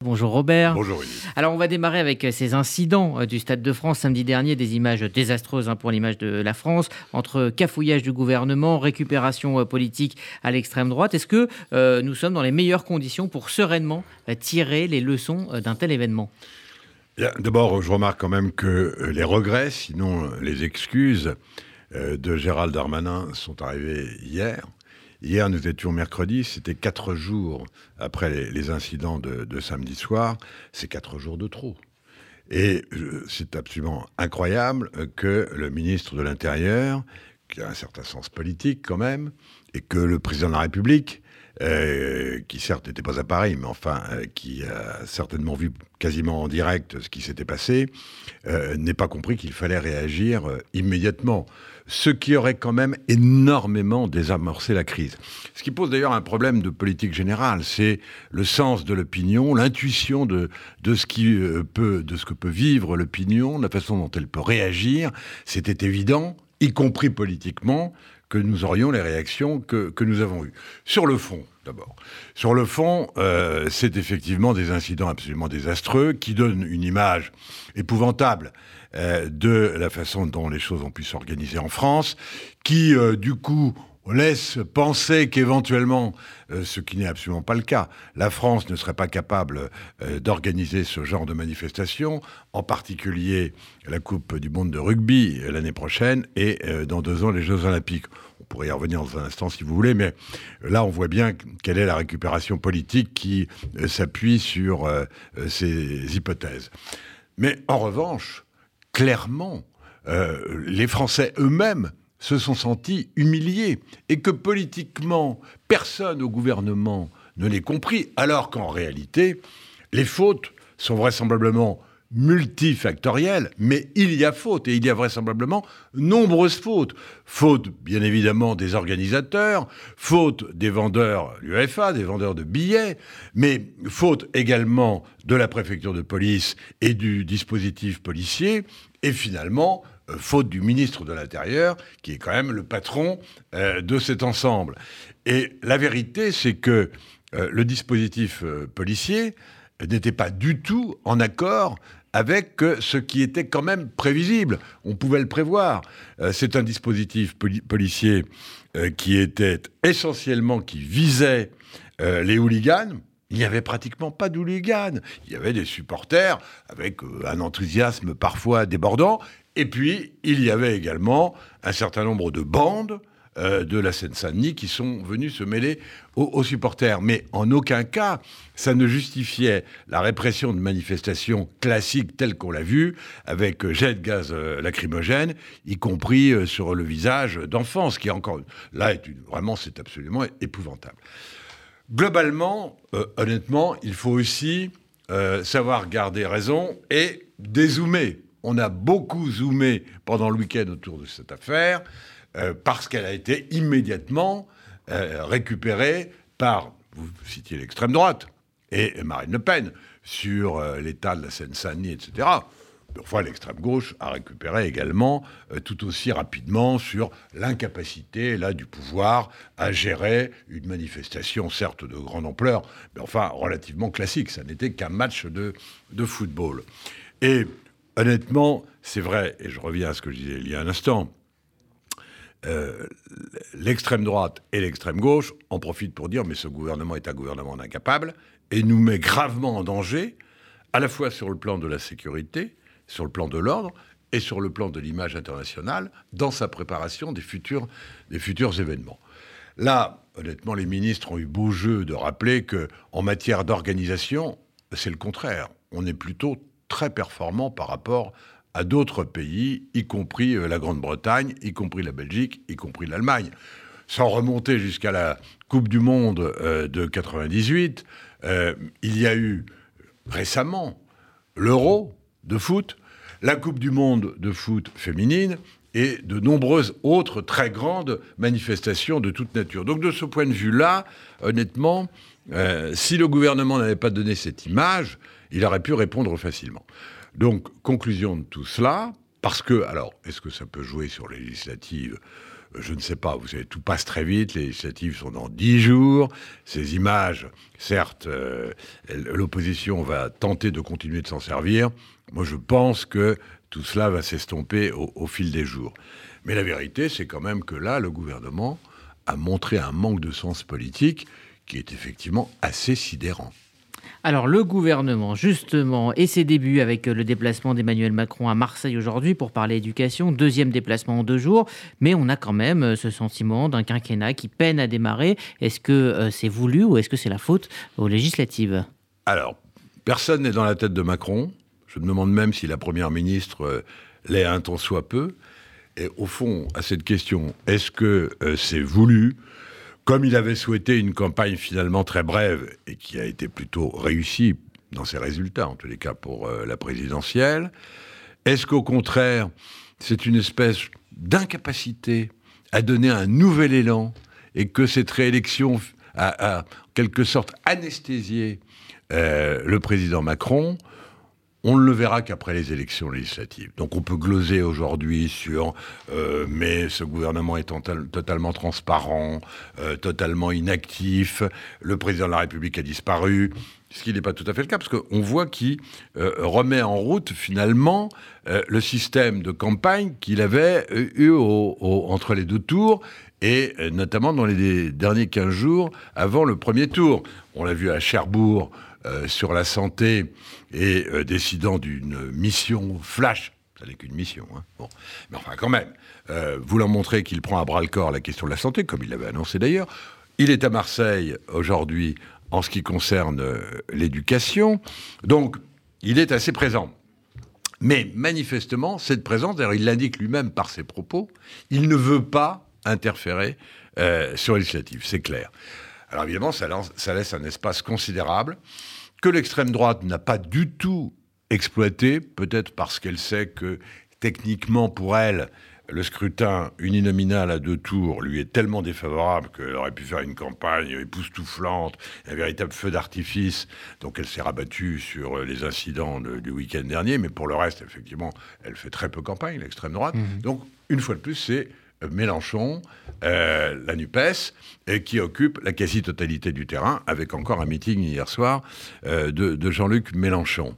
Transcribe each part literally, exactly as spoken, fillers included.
Bonjour Robert. Bonjour Élie. Alors on va démarrer avec ces incidents du Stade de France samedi dernier, des images désastreuses hein, pour l'image de la France, entre cafouillage du gouvernement, récupération politique à l'extrême droite. Est-ce que euh, nous sommes dans les meilleures conditions pour sereinement euh, tirer les leçons euh, d'un tel événement ? D'abord, je remarque quand même que les regrets, sinon les excuses euh, de Gérald Darmanin sont arrivés hier. Hier, nous étions mercredi, c'était quatre jours après les, les incidents de, de samedi soir. C'est quatre jours de trop. Et euh, c'est absolument incroyable que le ministre de l'Intérieur, qui a un certain sens politique quand même, et que le président de la République, euh, qui certes n'était pas à Paris, mais enfin, euh, qui a certainement vu quasiment en direct ce qui s'était passé, euh, n'ait pas compris qu'il fallait réagir euh, immédiatement. Ce qui aurait quand même énormément désamorcé la crise. Ce qui pose d'ailleurs un problème de politique générale, c'est le sens de l'opinion, l'intuition de, de, ce qui, euh, peut, de ce que peut vivre l'opinion, la façon dont elle peut réagir. C'était évident, y compris politiquement, que nous aurions les réactions que, que nous avons eues. Sur le fond, d'abord. Sur le fond, euh, c'est effectivement des incidents absolument désastreux qui donnent une image épouvantable euh, de la façon dont les choses ont pu s'organiser en France, qui, euh, du coup, laisse penser qu'éventuellement, euh, ce qui n'est absolument pas le cas, la France ne serait pas capable euh, d'organiser ce genre de manifestation, en particulier la Coupe du Monde de rugby euh, l'année prochaine et euh, dans deux ans les Jeux Olympiques. On pourrait y revenir dans un instant si vous voulez, mais là on voit bien quelle est la récupération politique qui euh, s'appuie sur euh, euh, ces hypothèses. Mais en revanche, clairement, euh, les Français eux-mêmes se sont sentis humiliés et que politiquement, personne au gouvernement ne l'ait compris, alors qu'en réalité, les fautes sont vraisemblablement multifactorielles, mais il y a faute, et il y a vraisemblablement nombreuses fautes. Faute, bien évidemment, des organisateurs, faute des vendeurs, l'U E F A, des vendeurs de billets, mais faute également de la préfecture de police et du dispositif policier, et finalement, euh, faute du ministre de l'Intérieur, qui est quand même le patron euh, de cet ensemble. Et la vérité, c'est que euh, le dispositif euh, policier n'était pas du tout en accord avec euh, ce qui était quand même prévisible. On pouvait le prévoir. Euh, c'est un dispositif poli- policier euh, qui était essentiellement, qui visait euh, les hooligans. Il n'y avait pratiquement pas de hooligans. Il y avait des supporters avec euh, un enthousiasme parfois débordant. Et puis, il y avait également un certain nombre de bandes euh, de la Seine-Saint-Denis qui sont venues se mêler aux, aux supporters. Mais en aucun cas, ça ne justifiait la répression de manifestations classiques telles qu'on l'a vu, avec euh, jet de gaz euh, lacrymogène, y compris euh, sur le visage d'enfants, ce qui encore là est une, vraiment c'est absolument épouvantable. Globalement, euh, honnêtement, il faut aussi euh, savoir garder raison et dézoomer. On a beaucoup zoomé pendant le week-end autour de cette affaire euh, parce qu'elle a été immédiatement euh, récupérée par, vous citiez l'extrême droite, et Marine Le Pen, sur euh, l'état de la Seine-Saint-Denis, et cetera. Enfin, l'extrême gauche a récupéré également euh, tout aussi rapidement sur l'incapacité là du pouvoir à gérer une manifestation certes de grande ampleur, mais enfin relativement classique. Ça n'était qu'un match de, de football. Et honnêtement, c'est vrai, et je reviens à ce que je disais il y a un instant, euh, l'extrême droite et l'extrême gauche en profitent pour dire mais ce gouvernement est un gouvernement incapable et nous met gravement en danger, à la fois sur le plan de la sécurité, sur le plan de l'ordre et sur le plan de l'image internationale dans sa préparation des futurs, des futurs événements. Là, honnêtement, les ministres ont eu beau jeu de rappeler qu'en matière d'organisation, c'est le contraire. On est plutôt très performant par rapport à d'autres pays, y compris la Grande-Bretagne, y compris la Belgique, y compris l'Allemagne. Sans remonter jusqu'à la Coupe du Monde euh, de quatre-vingt-dix-huit, euh, il y a eu récemment l'Euro de foot, la Coupe du Monde de foot féminine et de nombreuses autres très grandes manifestations de toute nature. Donc de ce point de vue-là, honnêtement, euh, si le gouvernement n'avait pas donné cette image, il aurait pu répondre facilement. Donc, conclusion de tout cela, parce que, alors, est-ce que ça peut jouer sur les législatives ? je ne sais pas, vous savez, tout passe très vite, les législatives sont dans dix jours, ces images, certes, euh, l'opposition va tenter de continuer de s'en servir. Moi, je pense que tout cela va s'estomper au, au fil des jours. Mais la vérité, c'est quand même que là, le gouvernement a montré un manque de sens politique qui est effectivement assez sidérant. Alors le gouvernement, justement, et ses débuts avec le déplacement d'Emmanuel Macron à Marseille aujourd'hui pour parler éducation, deuxième déplacement en deux jours, mais on a quand même ce sentiment d'un quinquennat qui peine à démarrer. Est-ce que euh, c'est voulu ou est-ce que c'est la faute aux législatives ? Alors, personne n'est dans la tête de Macron. Je me demande même si la Première ministre euh, l'est un tant soit peu. Et au fond, à cette question, est-ce que euh, c'est voulu ? Comme il avait souhaité une campagne finalement très brève et qui a été plutôt réussie dans ses résultats, en tous les cas pour euh, la présidentielle, est-ce qu'au contraire, c'est une espèce d'incapacité à donner un nouvel élan et que cette réélection a, a en quelque sorte anesthésié euh, le président Macron ? On ne le verra qu'après les élections législatives. Donc on peut gloser aujourd'hui sur euh, mais ce gouvernement est total, totalement transparent, euh, totalement inactif, le président de la République a disparu, ce qui n'est pas tout à fait le cas, parce qu'on voit qu'il euh, remet en route finalement euh, le système de campagne qu'il avait eu au, au, entre les deux tours, et euh, notamment dans les derniers quinze jours avant le premier tour. On l'a vu à Cherbourg, Euh, sur la santé et euh, décidant d'une mission flash. Ça n'est qu'une mission. Hein. Bon. Mais enfin, quand même, euh, voulant montrer qu'il prend à bras-le-corps la question de la santé, comme il l'avait annoncé d'ailleurs. Il est à Marseille aujourd'hui en ce qui concerne euh, l'éducation. Donc, il est assez présent. Mais manifestement, cette présence, d'ailleurs, il l'indique lui-même par ses propos, il ne veut pas interférer euh, sur les législatives, c'est clair. Alors évidemment, ça, lance, ça laisse un espace considérable que l'extrême droite n'a pas du tout exploité, peut-être parce qu'elle sait que techniquement pour elle, le scrutin uninominal à deux tours lui est tellement défavorable qu'elle aurait pu faire une campagne époustouflante, un véritable feu d'artifice. Donc elle s'est rabattue sur les incidents de, du week-end dernier, mais pour le reste, effectivement, elle fait très peu campagne, l'extrême droite. Mmh. Donc une fois de plus, c'est Mélenchon, euh, la NUPES, et qui occupe la quasi-totalité du terrain, avec encore un meeting hier soir euh, de, de Jean-Luc Mélenchon.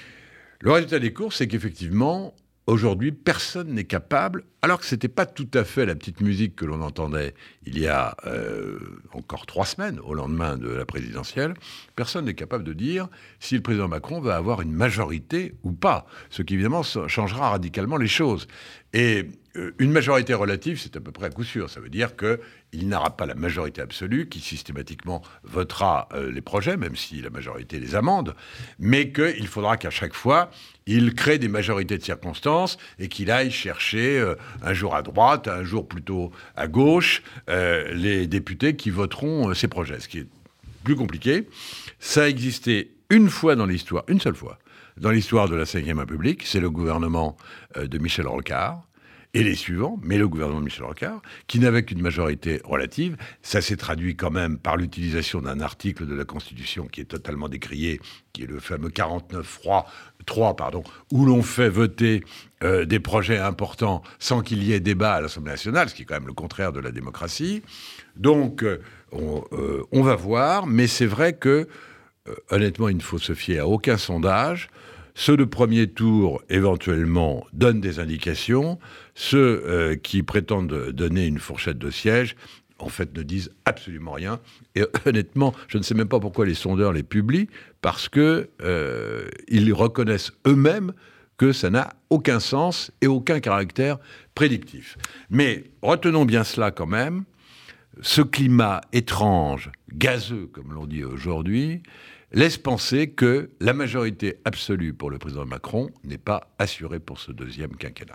Le résultat des courses, c'est qu'effectivement, aujourd'hui, personne n'est capable, alors que ce n'était pas tout à fait la petite musique que l'on entendait il y a euh, encore trois semaines, au lendemain de la présidentielle, personne n'est capable de dire si le président Macron va avoir une majorité ou pas, ce qui évidemment changera radicalement les choses. Et euh, une majorité relative, c'est à peu près à coup sûr. Ça veut dire qu'il n'aura pas la majorité absolue qui systématiquement votera euh, les projets, même si la majorité les amende, mais qu'il faudra qu'à chaque fois, il crée des majorités de circonstances et qu'il aille chercher euh, un jour à droite, un jour plutôt à gauche, euh, les députés qui voteront euh, ces projets. Ce qui est plus compliqué, ça a existé une fois dans l'histoire, une seule fois, dans l'histoire de la cinquième République, c'est le gouvernement euh, de Michel Rocard, et les suivants, mais le gouvernement de Michel Rocard, qui n'avait qu'une majorité relative. Ça s'est traduit quand même par l'utilisation d'un article de la Constitution qui est totalement décrié, qui est le fameux quarante-neuf trois, pardon, où l'on fait voter euh, des projets importants sans qu'il y ait débat à l'Assemblée nationale, ce qui est quand même le contraire de la démocratie. Donc, euh, on, euh, on va voir, mais c'est vrai que, euh, honnêtement, il ne faut se fier à aucun sondage. Ceux de premier tour, éventuellement, donnent des indications. Ceux euh, qui prétendent donner une fourchette de sièges, en fait, ne disent absolument rien. Et honnêtement, je ne sais même pas pourquoi les sondeurs les publient, parce qu'ils euh, reconnaissent eux-mêmes que ça n'a aucun sens et aucun caractère prédictif. Mais retenons bien cela quand même. Ce climat étrange, gazeux, comme l'on dit aujourd'hui, laisse penser que la majorité absolue pour le président Macron n'est pas assurée pour ce deuxième quinquennat.